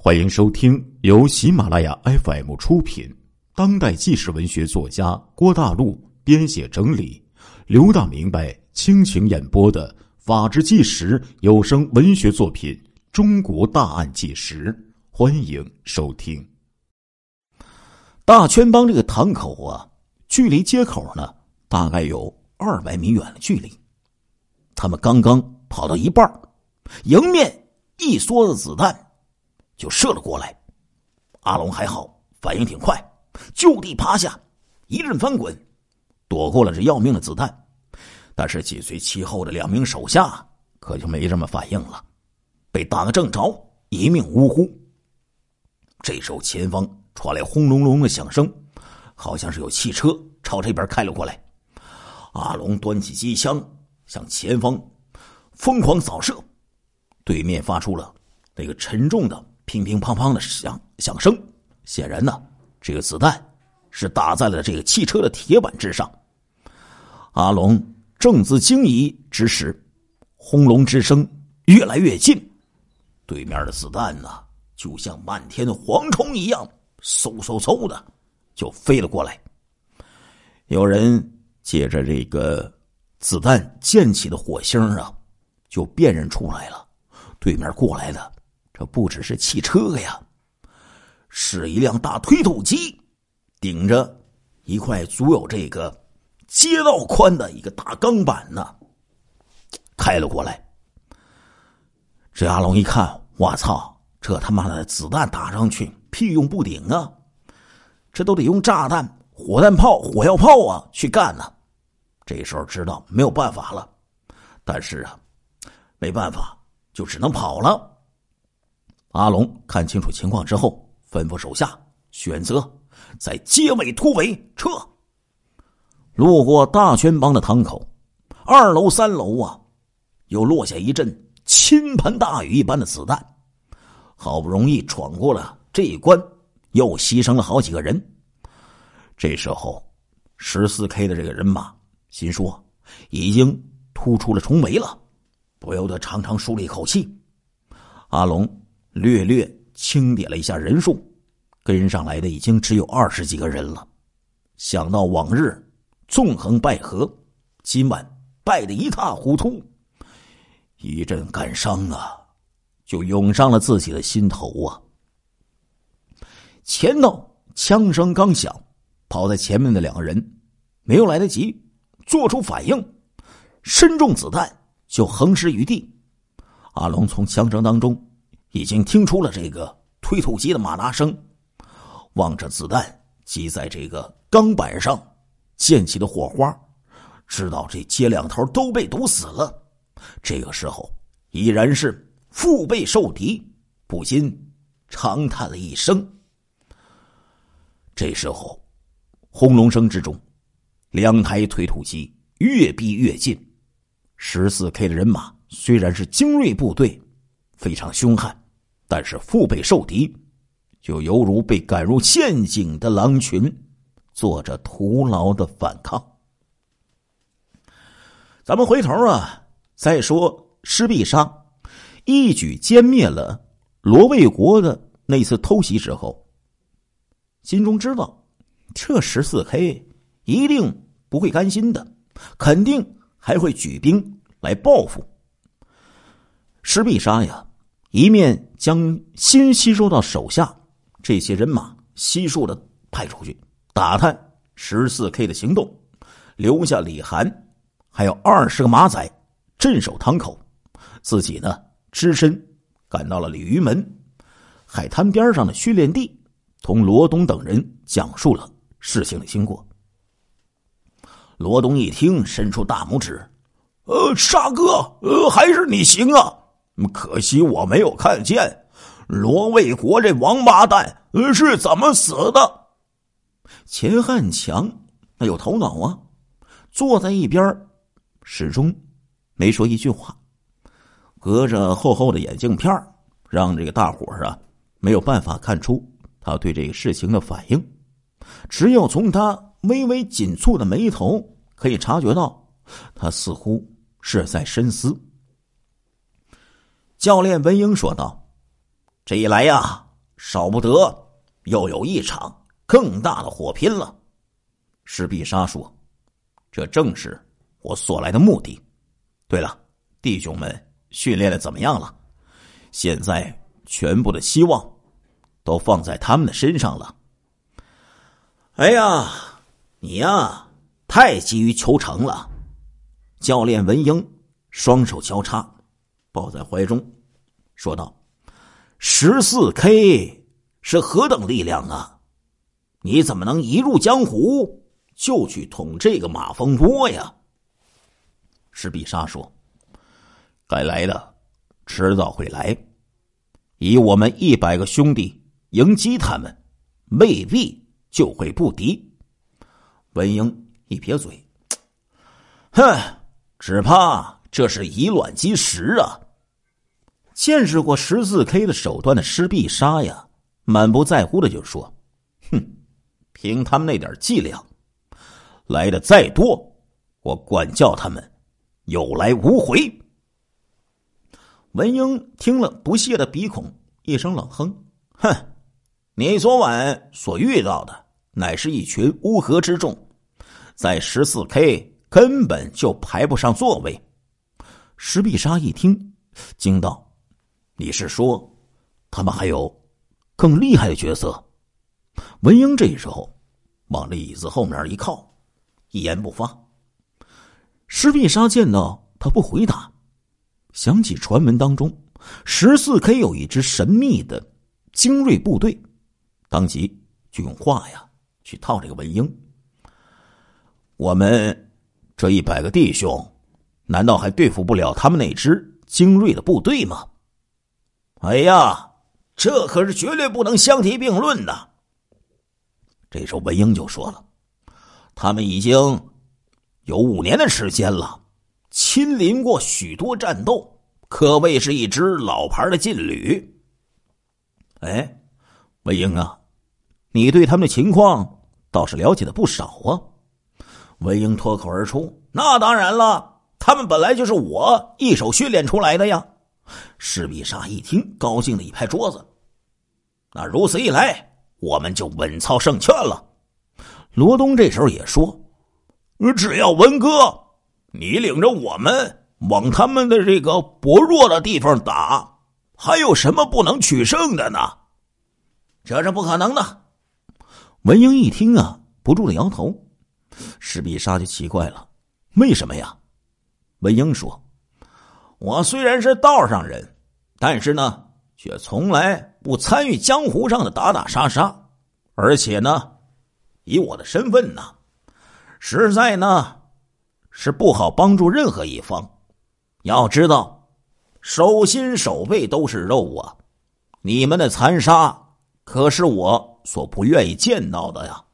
欢迎收听由喜马拉雅 FM 出品，当代纪实文学作家郭大陆编写整理，刘大明白倾情演播的法制纪实有声文学作品《中国大案纪实》，欢迎收听。大圈帮这个堂口啊，距离街口呢大概有200米远的距离。他们刚刚跑到一半，迎面一梭子子弹就射了过来。阿龙还好，反应挺快，就地趴下，一阵翻滚，躲过了这要命的子弹。但是紧随其后的2名手下可就没这么反应了，被打个正着，一命呜呼。这时候前方传来轰隆隆的响声，好像是有汽车朝这边开了过来。阿龙端起机枪向前方疯狂扫射，对面发出了那个沉重的乒乒乓乓的响声，显然呢，这个子弹是打在了这个汽车的铁板之上。阿龙正自惊疑之时，轰隆之声越来越近，对面的子弹呢，就像漫天的蝗虫一样，嗖嗖嗖的就飞了过来。有人借着这个子弹溅起的火星啊，就辨认出来了，对面过来的这不只是汽车呀，是一辆大推土机，顶着一块足有这个街道宽的一个大钢板呢，开了过来。这阿龙一看，我操，这他妈的子弹打上去屁用不顶啊，这都得用炸弹、火弹炮、火药炮啊去干呢。这时候知道没有办法了，但是啊，没办法，就只能跑了。阿龙看清楚情况之后，吩咐手下选择在街尾突围撤。路过大圈帮的堂口，2楼、3楼啊，又落下一阵倾盆大雨一般的子弹。好不容易闯过了这一关，又牺牲了好几个人。这时候 14K 的这个人马心说已经突出了重围了，不由得长长舒了一口气。阿龙略略清点了一下人数，跟上来的已经只有20几个人了。想到往日纵横捭阖，今晚败得一塌糊涂，一阵感伤啊就涌上了自己的心头啊。前头枪声刚响，跑在前面的2个人没有来得及做出反应，身中子弹就横尸于地。阿龙从枪声当中已经听出了这个推土机的马达声，望着子弹击在这个钢板上溅起的火花，知道这街两头都被堵死了。这个时候依然是腹背受敌，不禁长叹了一声。这时候轰隆声之中，2台推土机越逼越近。14K 的人马虽然是精锐部队，非常凶悍，但是腹背受敌，就犹如被赶入陷阱的狼群，做着徒劳的反抗。咱们回头啊，再说施必杀一举歼灭了罗卫国的那次偷袭之后，心中知道这 14K 一定不会甘心的，肯定还会举兵来报复。施必杀呀，一面将新吸收到手下这些人马悉数的派出去打探 14K 的行动，留下李涵还有20个马仔镇守堂口，自己呢只身赶到了鲤鱼门海滩边上的训练地，同罗东等人讲述了事情的经过。罗东一听，伸出大拇指：沙哥，还是你行啊！可惜我没有看见罗卫国这王八蛋是怎么死的。钱汉强那有头脑啊，坐在一边始终没说一句话，隔着厚厚的眼镜片，让这个大伙啊没有办法看出他对这个事情的反应。只有从他微微紧蹙的眉头可以察觉到，他似乎是在深思。教练文英说道：这一来呀， 少不得又有一场更大的火拼了。 施必杀说：“这正是我所来的目的。对了，弟兄们训练的怎么样了？现在全部的希望都放在他们的身上了。” 哎呀，你呀，太急于求成了。教练文英双手交叉抱在怀中说道：“14K 是何等力量啊！你怎么能一入江湖就去捅这个马蜂窝呀？” 施必杀说：“该来的迟早会来，以我们100个兄弟迎击他们，未必就会不敌。” 文英一撇嘴：“哼，只怕这是以卵击石啊！”见识过14K 的手段的施必杀呀，满不在乎的就说：“哼，凭他们那点伎俩，来的再多，我管教他们有来无回。”文英听了不屑的鼻孔一声冷哼：“哼，你昨晚所遇到的乃是一群乌合之众，在14K 根本就排不上座位。”施必杀一听惊道：“你是说他们还有更厉害的角色？”文英这时候往这椅子后面一靠，一言不发。施必杀见到他不回答，想起传闻当中14K 有一支神秘的精锐部队，当即就用话呀去套这个文英：“我们这100个弟兄难道还对付不了他们那支精锐的部队吗？”“哎呀，这可是绝对不能相提并论的。”这时候文英就说了：“他们已经有5年的时间了，亲临过许多战斗，可谓是一支老牌的劲旅。”“哎，文英啊，你对他们的情况倒是了解的不少啊。”文英脱口而出：“那当然了，他们本来就是我一手训练出来的呀。”施必杀一听，高兴的一拍桌子：“那如此一来，我们就稳操胜券了。”罗东这时候也说：“只要文哥你领着我们往他们的这个薄弱的地方打，还有什么不能取胜的呢？”“这是不可能的。”文英一听啊，不住的摇头。施必杀就奇怪了：“为什么呀？”文英说：“我虽然是道上人，但是呢，却从来不参与江湖上的打打杀杀，而且呢，以我的身份呢，实在呢是不好帮助任何一方。要知道，手心手背都是肉啊，你们的残杀可是我所不愿意见到的呀。”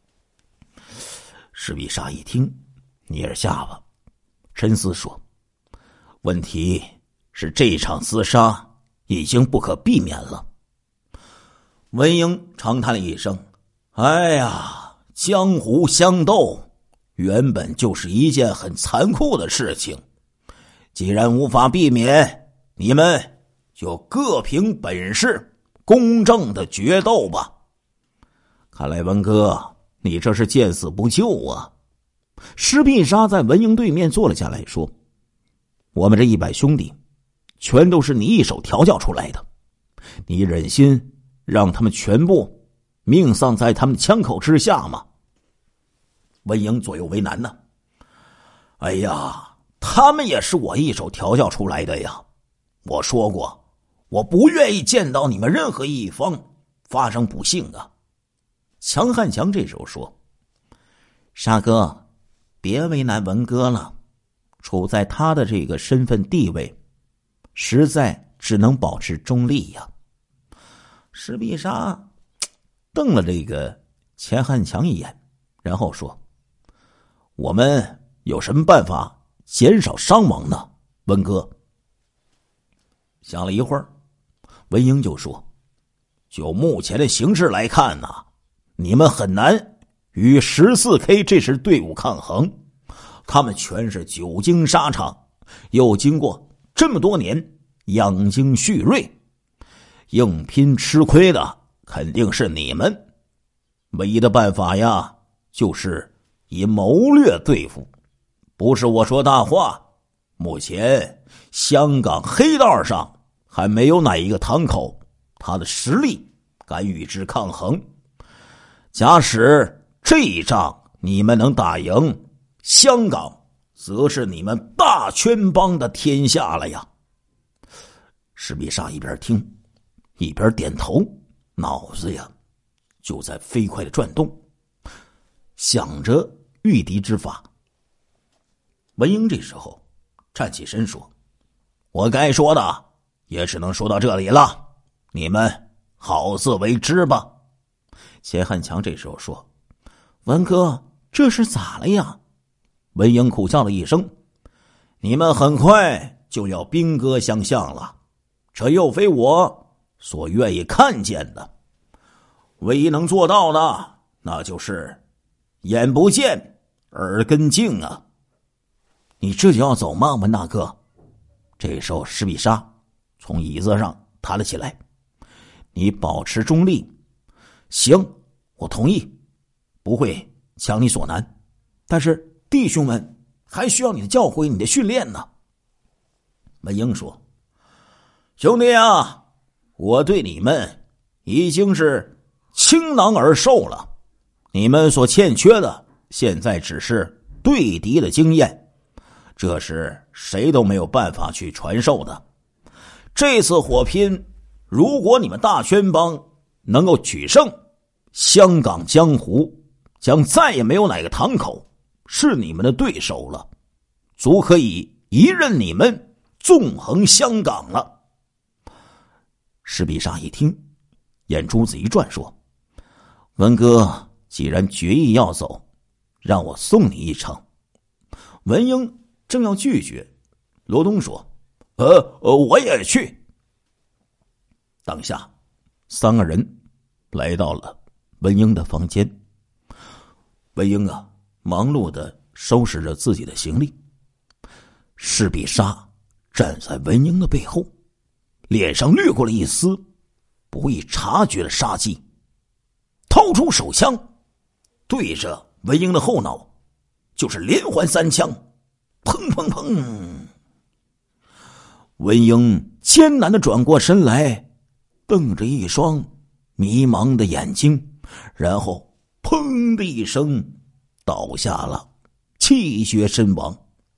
施必杀一听，捏着下巴，沉思说：“问题是这场厮杀已经不可避免了。”文英长叹了一声：“哎呀，江湖相斗原本就是一件很残酷的事情，既然无法避免，你们就各凭本事公正的决斗吧。看来文哥你这是见死不救啊。”施必杀在文英对面坐了下来说：“我们这100兄弟全都是你一手调教出来的，你忍心让他们全部命丧在他们枪口之下吗？”文英左右为难呢。“哎呀，他们也是我一手调教出来的呀。我说过，我不愿意见到你们任何一方发生不幸啊。”强汉强这时候说：“沙哥，别为难文哥了，处在他的这个身份地位，实在只能保持中立呀。”施必杀瞪了这个钱汉强一眼，然后说：“我们有什么办法减少伤亡呢，文哥？”想了一会儿，文英就说：“就目前的形势来看呢，你们很难与14K 这支队伍抗衡，他们全是久经沙场，又经过这么多年养精蓄锐， 硬拼吃亏的肯定是你们。唯一的办法呀，就是以谋略对付。不是我说大话，目前香港黑道上还没有哪一个堂口，他的实力敢与之抗衡。假使这一仗你们能打赢，香港则是你们大圈帮的天下了呀。施必杀一边听一边点头，脑子呀就在飞快的转动，想着御敌之法。文英这时候站起身说：我该说的也只能说到这里了，你们好自为之吧。钱汉强这时候说：文哥，这是咋了呀？文英苦笑了一声：你们很快就要兵戈相向了，这又非我所愿意看见的。唯一能做到的，那就是眼不见耳根净啊。你这就要走吗，文大哥？这时候施必杀从椅子上弹了起来。你保持中立。行，我同意，不会强你所难，但是弟兄们还需要你的教诲，你的训练呢。文英说：兄弟啊，我对你们已经是倾囊而授了，你们所欠缺的现在只是对敌的经验，这是谁都没有办法去传授的。这次火拼，如果你们大圈帮能够取胜，香港江湖将再也没有哪个堂口是你们的对手了，足可以一任你们纵横香港了。施必杀一听，眼珠子一转，说：文哥既然决意要走，让我送你一程。文英正要拒绝，罗东说：我也去。当下三个人来到了文英的房间。文英啊，忙碌地收拾着自己的行李。施必杀站在文英的背后，脸上掠过了一丝不易察觉的杀机，掏出手枪对着文英的后脑就是连环3枪，砰砰砰。文英艰难地转过身来，瞪着一双迷茫的眼睛，然后砰的一声倒下了，气绝身亡。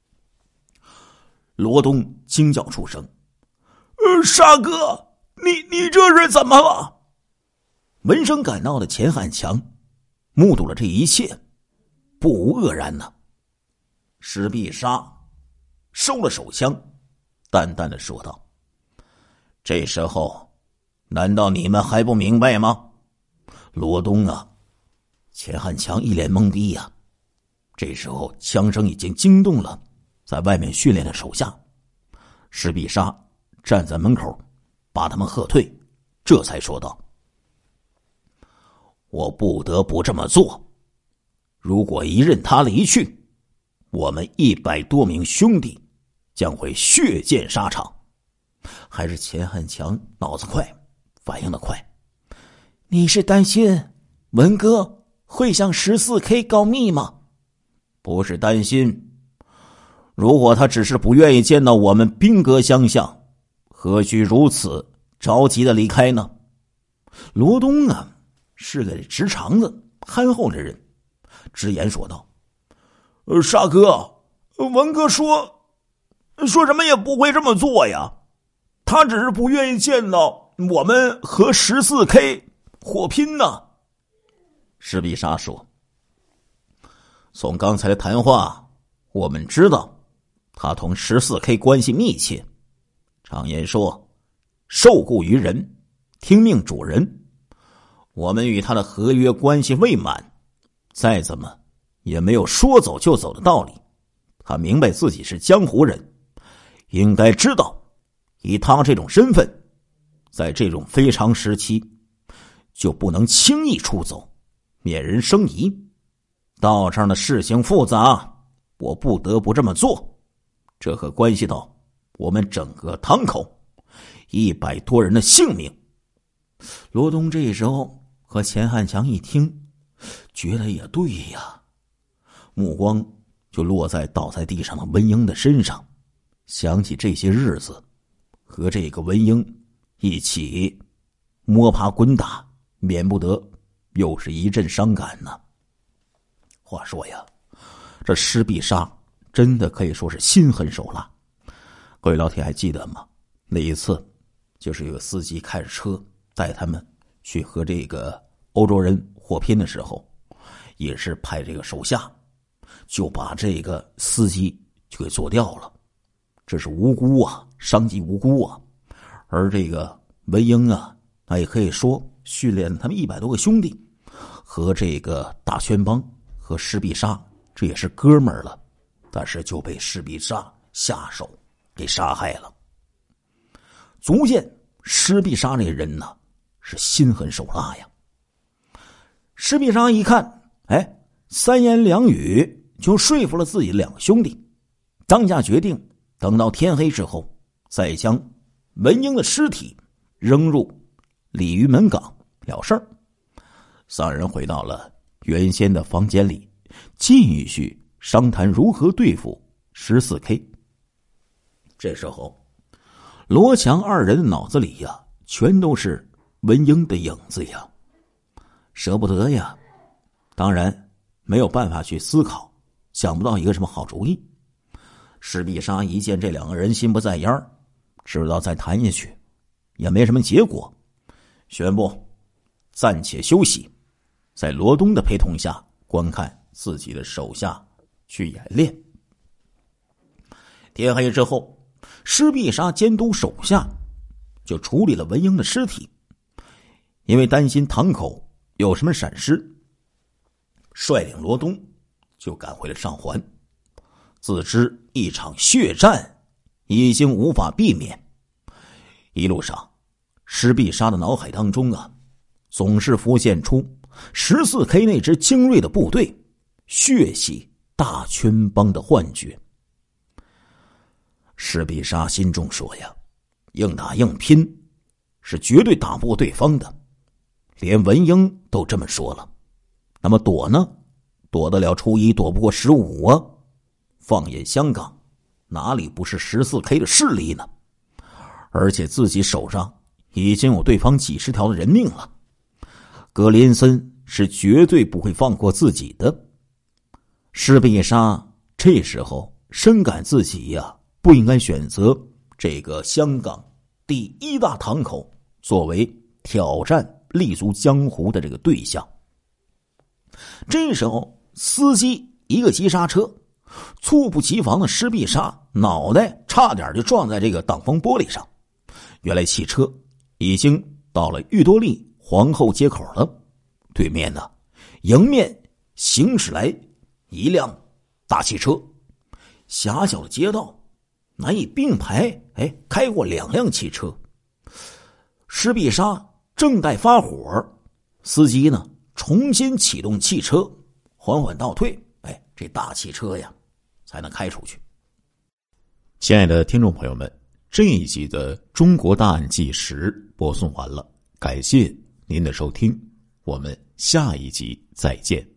罗东惊叫出声：沙哥，你这是怎么了？闻声赶到的钱汉强目睹了这一切，不无愕然呢。施必杀收了手枪，淡淡的说道：这时候难道你们还不明白吗？罗东啊，钱汉强一脸懵逼呀。这时候枪声已经惊动了在外面训练的手下，施必杀站在门口把他们喝退，这才说道：我不得不这么做，如果一任他离去，我们100多名兄弟将会血溅沙场。还是钱汉强脑子快，反应的快。你是担心文哥会向14K 告密吗？不是担心，如果他只是不愿意见到我们兵戈相向，何须如此着急的离开呢？罗东啊，是个直肠子憨厚的人，直言说道：沙哥，文哥说什么也不会这么做呀，他只是不愿意见到我们和14K 火拼呢。施必杀说：从刚才的谈话我们知道他同14K 关系密切，常言说受雇于人，听命主人，我们与他的合约关系未满，再怎么也没有说走就走的道理。他明白自己是江湖人，应该知道以他这种身份，在这种非常时期就不能轻易出走，免人生疑。道上的事情复杂，我不得不这么做，这可关系到我们整个堂口100多人的性命， 罗东这时候和钱汉强一听，觉得也对呀，目光就落在倒在地上的文英的身上，想起这些日子和这个文英一起摸爬滚打，免不得又是一阵伤感呢。话说呀，这施必杀真的可以说是心狠手辣。各位老铁还记得吗？那一次就是有个司机开着车带他们去和这个欧洲人火拼的时候，也是派这个手下就把这个司机就给做掉了，这是无辜啊，伤及无辜啊。而这个文英啊，那也可以说训练了他们100多个兄弟，和这个大圈帮和施必杀这也是哥们儿了，但是就被施必杀下手给杀害了。足见施必杀这人呢是心狠手辣呀。施必杀一看，3言2语就说服了自己2个兄弟，当下决定等到天黑之后，再将文英的尸体扔入鲤鱼门港了事儿。3人回到了原先的房间里，继续商谈如何对付14K。这时候罗强2人的脑子里呀，全都是文英的影子呀，舍不得呀，当然没有办法去思考，想不到一个什么好主意。施必杀一见这2个人心不在焉，知道再谈下去也没什么结果，宣布暂且休息，在罗东的陪同下观看自己的手下去演练。天黑之后，施必杀监督手下就处理了文英的尸体，因为担心堂口有什么闪失，率领罗东就赶回了上环。自知一场血战已经无法避免，一路上施必杀的脑海当中啊，总是浮现出14K 那支精锐的部队血洗大圈帮的幻觉。施必杀心中说呀，硬打硬拼是绝对打不过对方的，连文英都这么说了，那么躲呢？躲得了初1，躲不过15啊。放眼香港，哪里不是14K 的势力呢？而且自己手上已经有对方几十条的人命了，格林森是绝对不会放过自己的。施必杀这时候深感自己呀，不应该选择这个香港第1大堂口作为挑战立足江湖的这个对象。这时候司机一个急刹车，猝不及防的施必杀脑袋差点就撞在这个挡风玻璃上。原来汽车已经到了裕多利皇后街口了，对面呢，迎面行驶来一辆大汽车，狭小的街道难以并排开过2辆汽车。施必杀正待发火，司机呢重新启动汽车，缓缓倒退，这大汽车呀才能开出去。 亲爱的听众朋友们，这一集的中国大案纪实播送完了，感谢您的收听，我们下一集再见。